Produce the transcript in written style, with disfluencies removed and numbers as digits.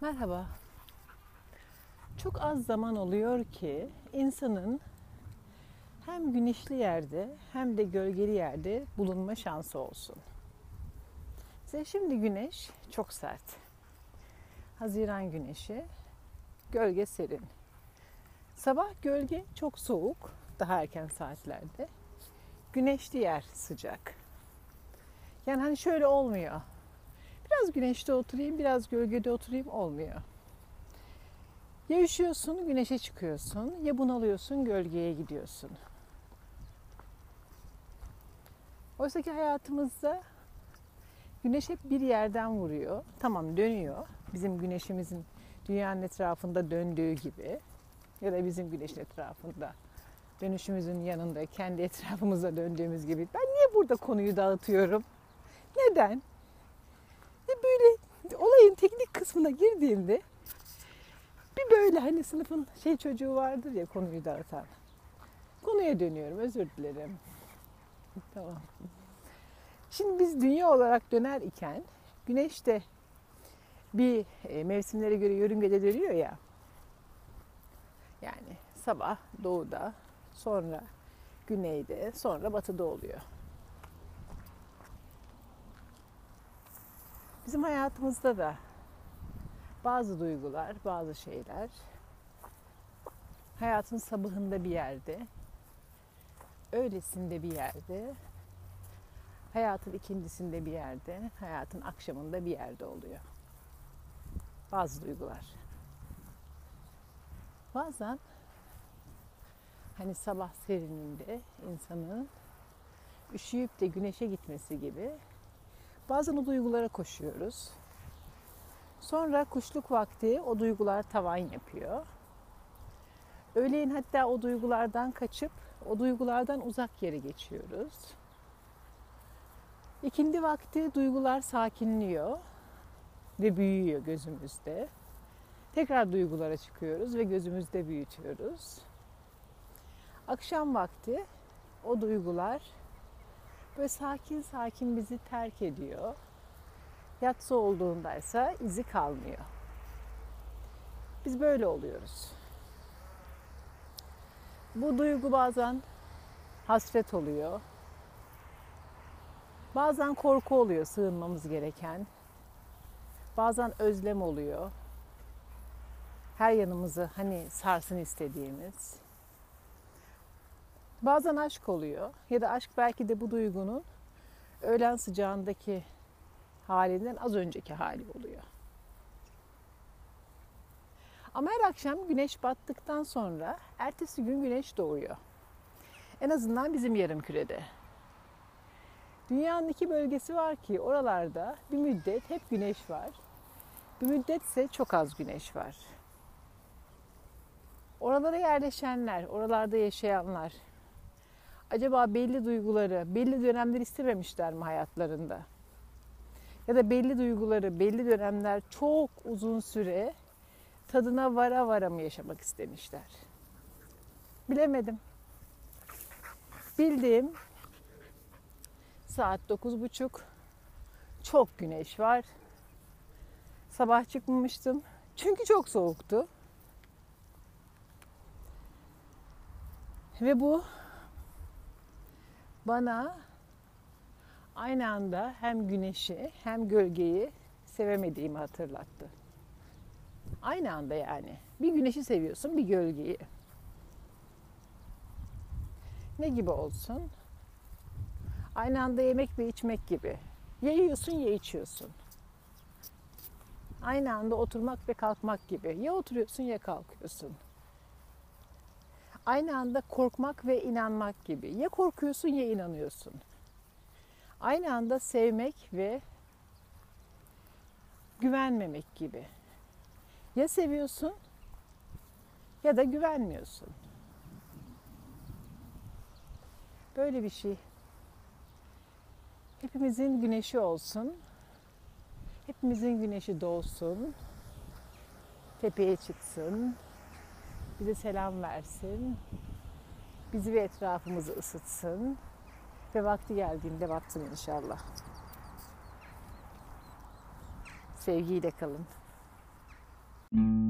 Merhaba. Çok az zaman oluyor ki insanın hem güneşli yerde hem de gölgeli yerde bulunma şansı olsun. Size şimdi güneş çok sert. Haziran güneşi, gölge serin. Sabah gölge çok soğuk, daha erken saatlerde. Güneşli yer sıcak. Yani hani şöyle olmuyor. Biraz güneşte oturayım, biraz gölgede oturayım olmuyor. Ya üşüyorsun, güneşe çıkıyorsun, ya bunalıyorsun, gölgeye gidiyorsun. Oysa ki hayatımızda güneş hep bir yerden vuruyor. Tamam dönüyor. Bizim güneşimizin dünyanın etrafında döndüğü gibi. Ya da bizim güneşin etrafında dönüşümüzün yanında kendi etrafımıza döndüğümüz gibi. Ben niye burada konuyu dağıtıyorum? Neden? Böyle olayın teknik kısmına girdiğimde bir böyle hani sınıfın çocuğu vardır ya konuyu dağıtan. Konuya dönüyorum, özür dilerim. Tamam. Şimdi biz dünya olarak döner iken güneş de bir mevsimlere göre yörüngede dönüyor ya. Yani sabah doğuda, sonra güneyde, sonra batıda oluyor. Bizim hayatımızda da bazı duygular, bazı şeyler hayatın sabahında bir yerde, öğlesinde bir yerde, hayatın ikindisinde bir yerde, hayatın akşamında bir yerde oluyor. Bazı duygular. Bazen hani sabah serinliğinde insanın üşüyüp de güneşe gitmesi gibi bazen o duygulara koşuyoruz. Sonra kuşluk vakti o duygular tavan yapıyor. Öğleyin hatta o duygulardan kaçıp o duygulardan uzak yere geçiyoruz. İkindi vakti duygular sakinliyor ve büyüyor gözümüzde. Tekrar duygulara çıkıyoruz ve gözümüzde büyütüyoruz. Akşam vakti o duygular böyle sakin sakin bizi terk ediyor. Yatsı olduğundaysa izi kalmıyor. Biz böyle oluyoruz. Bu duygu bazen hasret oluyor. Bazen korku oluyor sığınmamız gereken. Bazen özlem oluyor. Her yanımızı hani sarsın istediğimiz. Bazen aşk oluyor. Ya da aşk belki de bu duygunun öğlen sıcağındaki halinden az önceki hali oluyor. Ama her akşam güneş battıktan sonra ertesi gün güneş doğuyor. En azından bizim yarımkürede. Dünyanın iki bölgesi var ki oralarda bir müddet hep güneş var. Bir müddet ise çok az güneş var. Oralara yerleşenler, oralarda yaşayanlar acaba belli duyguları, belli dönemler istememişler mi hayatlarında? Ya da belli duyguları, belli dönemler çok uzun süre tadına vara vara mı yaşamak istemişler? Bilemedim. Bildiğim saat 9:30, çok güneş var. Sabah çıkmamıştım çünkü çok soğuktu. Ve bu bana aynı anda hem güneşi hem gölgeyi sevemediğimi hatırlattı. Aynı anda yani. Bir güneşi seviyorsun, bir gölgeyi. Ne gibi olsun? Aynı anda yemek ve içmek gibi. Ya yiyorsun ya içiyorsun. Aynı anda oturmak ve kalkmak gibi. Ya oturuyorsun ya kalkıyorsun. Aynı anda korkmak ve inanmak gibi. Ya korkuyorsun ya inanıyorsun. Aynı anda sevmek ve güvenmemek gibi. Ya seviyorsun ya da güvenmiyorsun. Böyle bir şey. Hepimizin güneşi olsun. Hepimizin güneşi doğsun. Tepeye çıksın. Bize selam versin. Bizi ve etrafımızı ısıtsın. Ve vakti geldiğinde batsın inşallah. Sevgiyle kalın. Müzik